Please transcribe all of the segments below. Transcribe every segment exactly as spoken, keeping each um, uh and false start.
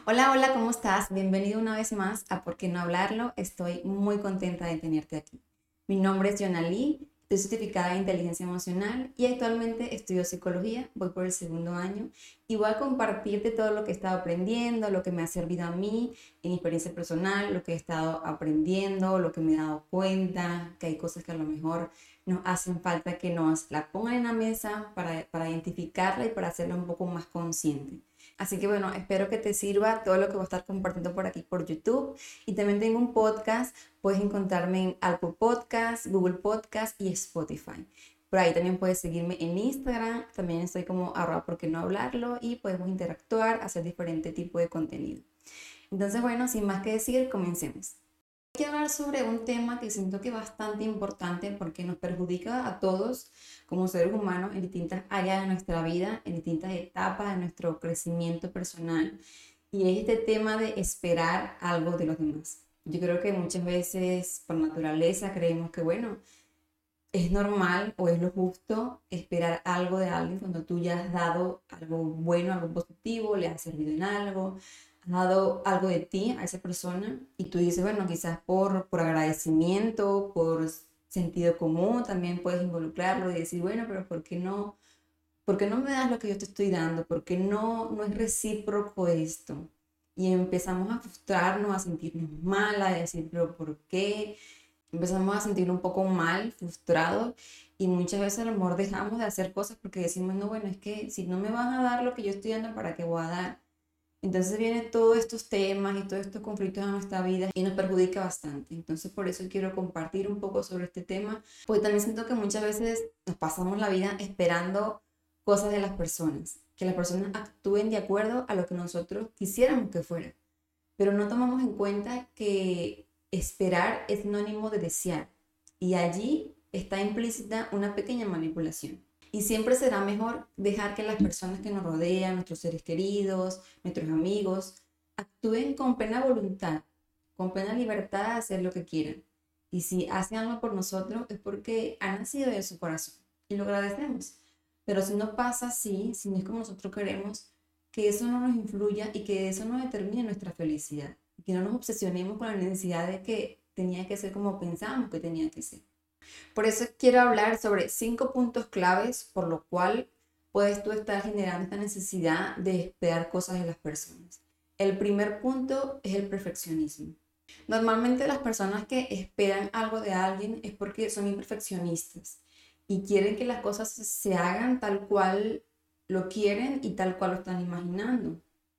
Hola, hola, ¿cómo estás? Bienvenido una vez más a ¿Por qué no hablarlo? Estoy muy contenta de tenerte aquí. Mi nombre es Jonali, estoy certificada en inteligencia emocional y actualmente estudio psicología, voy por el segundo año y voy a compartirte todo lo que he estado aprendiendo, lo que me ha servido a mí en mi experiencia personal, lo que he estado aprendiendo, lo que me he dado cuenta, que hay cosas que a lo mejor nos hacen falta que nos la pongan en la mesa para, para identificarla y para hacerla un poco más consciente. Así que bueno, espero que te sirva todo lo que voy a estar compartiendo por aquí por YouTube. Y también tengo un podcast, puedes encontrarme en Apple Podcast, Google Podcast y Spotify. Por ahí también puedes seguirme en Instagram, también estoy como arroba por qué no hablarlo y podemos interactuar, hacer diferente tipo de contenido. Entonces bueno, sin más que decir, comencemos. Quiero hablar sobre un tema que siento que es bastante importante porque nos perjudica a todos como seres humanos en distintas áreas de nuestra vida, en distintas etapas de nuestro crecimiento personal, y es este tema de esperar algo de los demás. Yo creo que muchas veces por naturaleza creemos que, bueno, es normal o es lo justo esperar algo de alguien cuando tú ya has dado algo bueno, algo positivo, le has servido en algo, has dado algo de ti a esa persona y tú dices, bueno, quizás por, por agradecimiento, por sentido común, también puedes involucrarlo y decir, bueno, pero ¿por qué no? ¿Por qué no me das lo que yo te estoy dando? ¿Por qué no, no es recíproco esto? Y empezamos a frustrarnos, a sentirnos mal, a decir, pero ¿por qué? Empezamos a sentir un poco mal, frustrados, y muchas veces a lo mejor dejamos de hacer cosas porque decimos, no, bueno, es que si no me van a dar lo que yo estoy dando, ¿para qué voy a dar? Entonces vienen todos estos temas y todos estos conflictos en nuestra vida y nos perjudica bastante. Entonces por eso quiero compartir un poco sobre este tema, porque también siento que muchas veces nos pasamos la vida esperando cosas de las personas, que las personas actúen de acuerdo a lo que nosotros quisiéramos que fuera, pero no tomamos en cuenta que esperar es sinónimo de desear y allí está implícita una pequeña manipulación. Y siempre será mejor dejar que las personas que nos rodean, nuestros seres queridos, nuestros amigos, actúen con plena voluntad, con plena libertad de hacer lo que quieran. Y si hacen algo por nosotros es porque ha nacido de su corazón y lo agradecemos. Pero si no pasa así, si no es como nosotros queremos, que eso no nos influya y que eso no determine nuestra felicidad. Que no nos obsesionemos con la necesidad de que tenía que ser como pensábamos que tenía que ser. Por eso quiero hablar sobre cinco puntos claves por lo cual puedes tú estar generando esta necesidad de esperar cosas de las personas. El primer punto es el perfeccionismo. Normalmente las personas que esperan algo de alguien es porque son imperfeccionistas y quieren que las cosas se hagan tal cual lo quieren y tal cual lo están imaginando.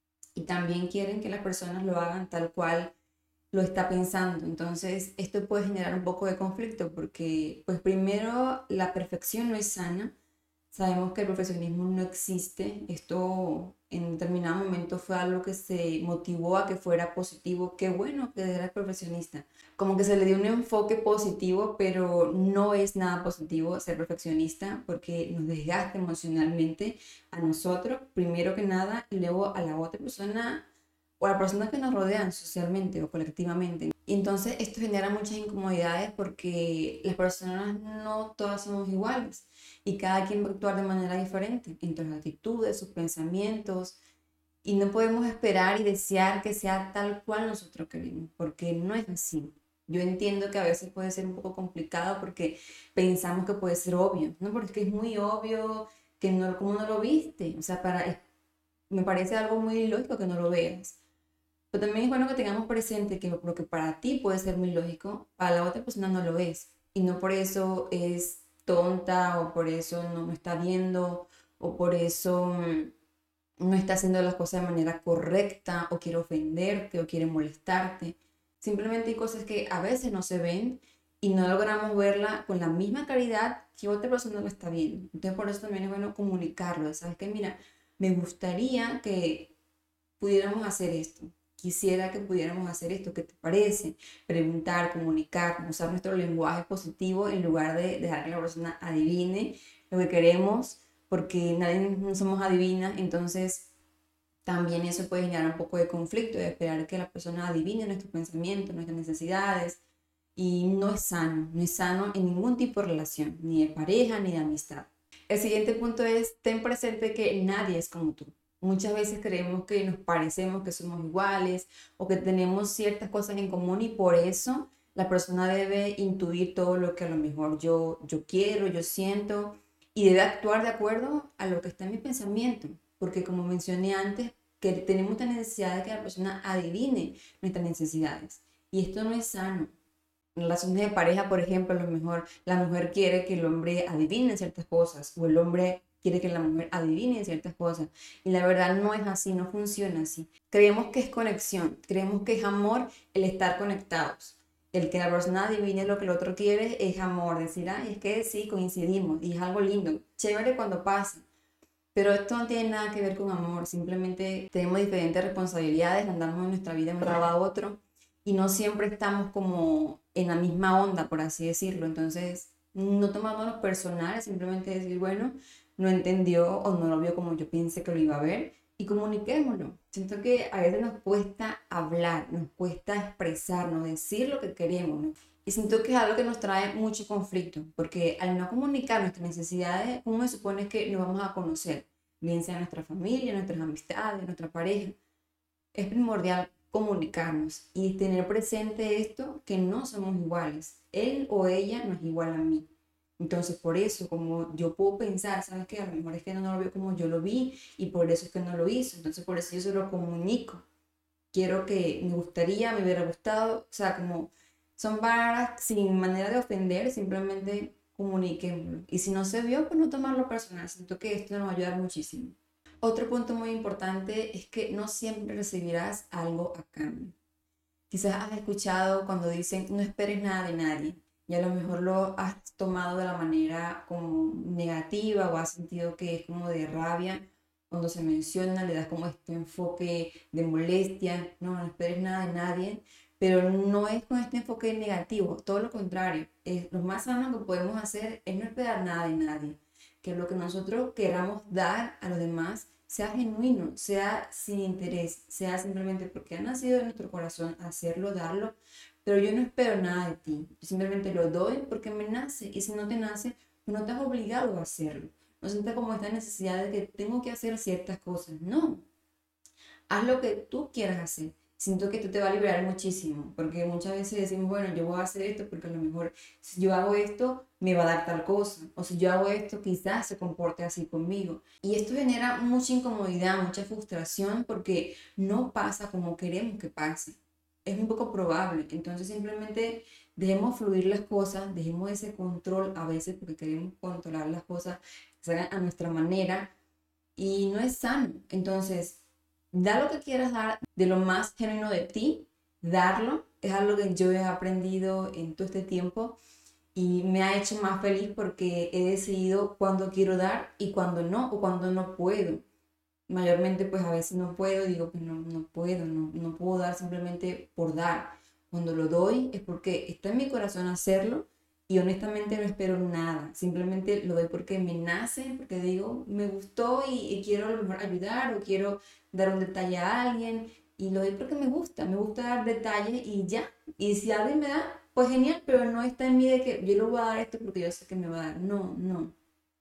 Y también quieren que las personas lo hagan tal cual lo está pensando. Entonces, esto puede generar un poco de conflicto porque, pues primero, la perfección no es sana. Sabemos que el profesionismo no existe. Esto en determinado momento fue algo que se motivó a que fuera positivo. Qué bueno que eras profesionista. Como que se le dio un enfoque positivo, pero no es nada positivo ser perfeccionista porque nos desgasta emocionalmente a nosotros, primero que nada, y luego a la otra persona o a las personas que nos rodean socialmente o colectivamente. Y entonces esto genera muchas incomodidades porque las personas no todas somos iguales y cada quien va a actuar de manera diferente en sus actitudes, sus pensamientos, y no podemos esperar y desear que sea tal cual nosotros queremos, porque no es así. Yo entiendo que a veces puede ser un poco complicado porque pensamos que puede ser obvio, ¿no? Porque es muy obvio que no, como no lo viste, o sea, para, me parece algo muy lógico que no lo veas. Pero también es bueno que tengamos presente que lo que para ti puede ser muy lógico, para la otra persona no lo es. Y no por eso es tonta o por eso no me está viendo o por eso mm, no está haciendo las cosas de manera correcta o quiere ofenderte o quiere molestarte. Simplemente hay cosas que a veces no se ven y no logramos verla con la misma claridad que otra persona lo está viendo. Entonces por eso también es bueno comunicarlo. ¿Sabes qué? Mira, me gustaría que pudiéramos hacer esto. Quisiera que pudiéramos hacer esto. ¿Qué te parece? Preguntar, comunicar, usar nuestro lenguaje positivo en lugar de dejar que la persona adivine lo que queremos, porque nadie no somos adivinas. Entonces también eso puede generar un poco de conflicto, de esperar que la persona adivine nuestros pensamientos, nuestras necesidades. Y no es sano, no es sano en ningún tipo de relación, ni de pareja, ni de amistad. El siguiente punto es, ten presente que nadie es como tú. Muchas veces creemos que nos parecemos, que somos iguales o que tenemos ciertas cosas en común y por eso la persona debe intuir todo lo que a lo mejor yo, yo quiero, yo siento y debe actuar de acuerdo a lo que está en mi pensamiento. Porque como mencioné antes, que tenemos la necesidad de que la persona adivine nuestras necesidades. Y esto no es sano. En relaciones de pareja, por ejemplo, a lo mejor la mujer quiere que el hombre adivine ciertas cosas o el hombre quiere que la mujer adivine ciertas cosas. Y la verdad no es así, no funciona así. Creemos que es conexión, creemos que es amor el estar conectados. El que la persona adivine lo que el otro quiere es amor. Decir, ay, es que sí, coincidimos y es algo lindo, chévere cuando pasa. Pero esto no tiene nada que ver con amor, simplemente tenemos diferentes responsabilidades, andamos en nuestra vida de un lado a otro y no siempre estamos como en la misma onda, por así decirlo. Entonces, no tomámonos personal, simplemente decir, bueno, no entendió o no lo vio como yo pensé que lo iba a ver y comuniquémoslo. Siento que a veces nos cuesta hablar, nos cuesta expresarnos, decir lo que queremos, ¿no? Y siento que es algo que nos trae mucho conflicto, porque al no comunicar nuestras necesidades, ¿cómo se supone que nos vamos a conocer? Bien sea nuestra familia, nuestras amistades, nuestra pareja. Es primordial comunicarnos y tener presente esto, que no somos iguales. Él o ella no es igual a mí. Entonces, por eso, como yo puedo pensar, ¿sabes qué? A lo mejor es que no lo vio como yo lo vi y por eso es que no lo hizo. Entonces, por eso yo se lo comunico. Quiero que me gustaría, me hubiera gustado, o sea, como son palabras sin manera de ofender, simplemente comuniquémoslo. Y si no se vio, pues no tomarlo personal. Siento que esto nos va a ayudar muchísimo. Otro punto muy importante es que no siempre recibirás algo a cambio. Quizás has escuchado cuando dicen no esperes nada de nadie y a lo mejor lo has tomado de la manera como negativa o has sentido que es como de rabia cuando se menciona, le das como este enfoque de molestia, no, no esperes nada de nadie, pero no es con este enfoque negativo, todo lo contrario, es, lo más sano que podemos hacer es no esperar nada de nadie, que lo que nosotros queramos dar a los demás sea genuino, sea sin interés, sea simplemente porque ha nacido en nuestro corazón hacerlo, darlo, pero yo no espero nada de ti, yo simplemente lo doy porque me nace y si no te nace, pues no estás obligado a hacerlo. No sientas como esta necesidad de que tengo que hacer ciertas cosas, no, haz lo que tú quieras hacer. Siento que esto te va a liberar muchísimo, porque muchas veces decimos, bueno, yo voy a hacer esto porque a lo mejor si yo hago esto me va a dar tal cosa, o si yo hago esto quizás se comporte así conmigo. Y esto genera mucha incomodidad, mucha frustración, porque no pasa como queremos que pase. Es un poco probable, entonces simplemente dejemos fluir las cosas, dejemos ese control a veces porque queremos controlar las cosas que se hagan a nuestra manera y no es sano. Entonces, da lo que quieras dar de lo más genuino de ti, darlo. Es algo que yo he aprendido en todo este tiempo y me ha hecho más feliz porque he decidido cuándo quiero dar y cuándo no, o cuándo no puedo. Mayormente, pues a veces no puedo, digo, pues no, no puedo, no, no puedo dar simplemente por dar. Cuando lo doy es porque está en mi corazón hacerlo y honestamente no espero nada. Simplemente lo doy porque me nace, porque digo, me gustó y, y quiero a lo mejor ayudar o quiero dar un detalle a alguien y lo doy porque me gusta, me gusta dar detalles y ya. Y si alguien me da, pues genial, pero no está en mí de que yo le voy a dar esto porque yo sé que me va a dar. No, no.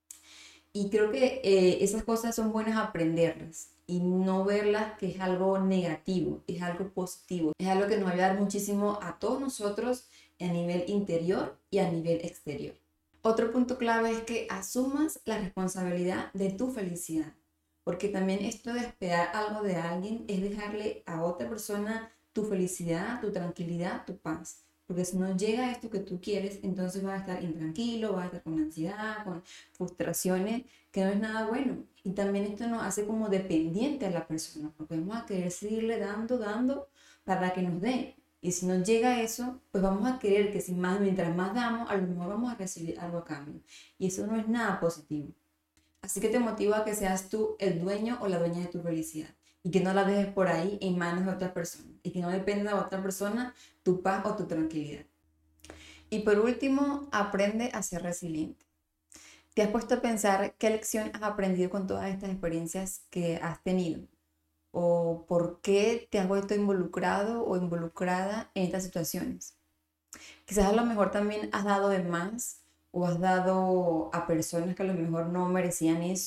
Y creo que eh, esas cosas son buenas aprenderlas y no verlas que es algo negativo, es algo positivo, es algo que nos va a ayudar muchísimo a todos nosotros a nivel interior y a nivel exterior. Otro punto clave es que asumas la responsabilidad de tu felicidad, porque también esto de esperar algo de alguien es dejarle a otra persona tu felicidad, tu tranquilidad, tu paz. Porque si no llega esto que tú quieres, entonces vas a estar intranquilo, vas a estar con ansiedad, con frustraciones, que no es nada bueno. Y también esto nos hace como dependiente a la persona, porque vamos a querer seguirle dando, dando para que nos dé. Y si no llega eso, pues vamos a querer que si más, mientras más damos, a lo mejor vamos a recibir algo a cambio. Y eso no es nada positivo. Así que te motivo a que seas tú el dueño o la dueña de tu felicidad y que no la dejes por ahí en manos de otra persona y que no dependa de otra persona tu paz o tu tranquilidad. Y por último, aprende a ser resiliente. ¿Te has puesto a pensar qué lección has aprendido con todas estas experiencias que has tenido? ¿O por qué te has vuelto involucrado o involucrada en estas situaciones? Quizás a lo mejor también has dado de más o has dado a personas que a lo mejor no merecían eso.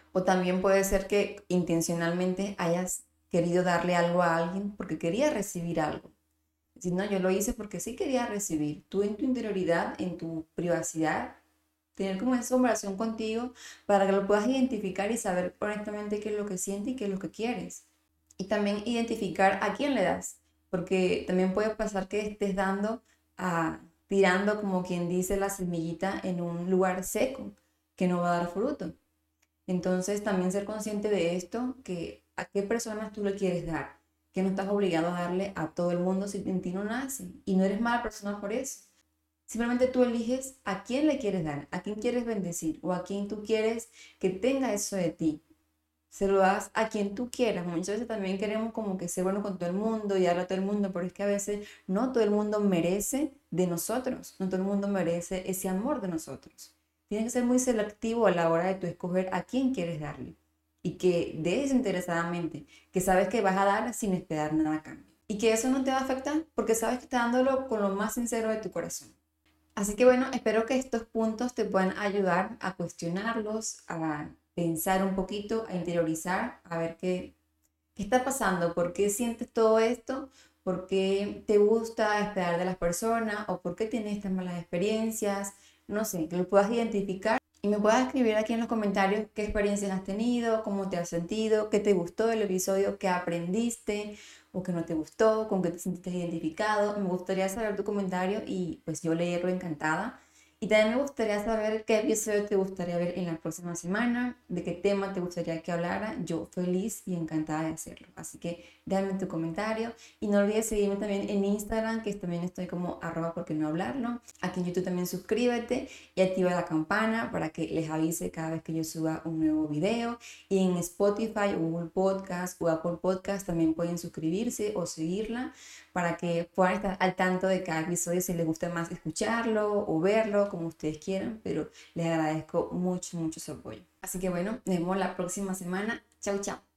O también puede ser que intencionalmente hayas querido darle algo a alguien porque querías recibir algo. Es decir, no, yo lo hice porque sí quería recibir. Tú en tu interioridad, en tu privacidad, tener como esa conversación contigo para que lo puedas identificar y saber honestamente qué es lo que sientes y qué es lo que quieres. Y también identificar a quién le das, porque también puede pasar que estés dando a, tirando como quien dice la semillita en un lugar seco que no va a dar fruto. Entonces también ser consciente de esto, que a qué personas tú le quieres dar, que no estás obligado a darle a todo el mundo si en ti no nace y no eres mala persona por eso. Simplemente tú eliges a quién le quieres dar, a quién quieres bendecir o a quién tú quieres que tenga eso de ti. Se lo das a quien tú quieras. Muchas veces también queremos como que ser bueno con todo el mundo y darle a todo el mundo, pero es que a veces no todo el mundo merece de nosotros, no todo el mundo merece ese amor de nosotros. Tienes que ser muy selectivo a la hora de tú escoger a quién quieres darle y que des desinteresadamente, que sabes que vas a dar sin esperar nada a cambio. Y que eso no te va a afectar porque sabes que estás dándolo con lo más sincero de tu corazón. Así que bueno, espero que estos puntos te puedan ayudar a cuestionarlos, a pensar un poquito, a interiorizar, a ver qué, qué está pasando, por qué sientes todo esto, por qué te gusta esperar de las personas o por qué tienes estas malas experiencias, no sé, que lo puedas identificar y me puedas escribir aquí en los comentarios qué experiencias has tenido, cómo te has sentido, qué te gustó del episodio, qué aprendiste o qué no te gustó, con qué te sentiste identificado. Me gustaría saber tu comentario y pues yo leerlo encantada. Y también me gustaría saber qué episodio te gustaría ver en la próxima semana, de qué tema te gustaría que hablara. Yo feliz y encantada de hacerlo. Así que déjame tu comentario y no olvides seguirme también en Instagram, que también estoy como arroba porque no hablarlo. Aquí en YouTube también suscríbete y activa la campana para que les avise cada vez que yo suba un nuevo video. Y en Spotify, Google Podcast o Apple Podcast también pueden suscribirse o seguirla para que puedan estar al tanto de cada episodio si les gusta más escucharlo o verlo, como ustedes quieran, pero les agradezco mucho, mucho su apoyo. Así que bueno, nos vemos la próxima semana. Chau, chau.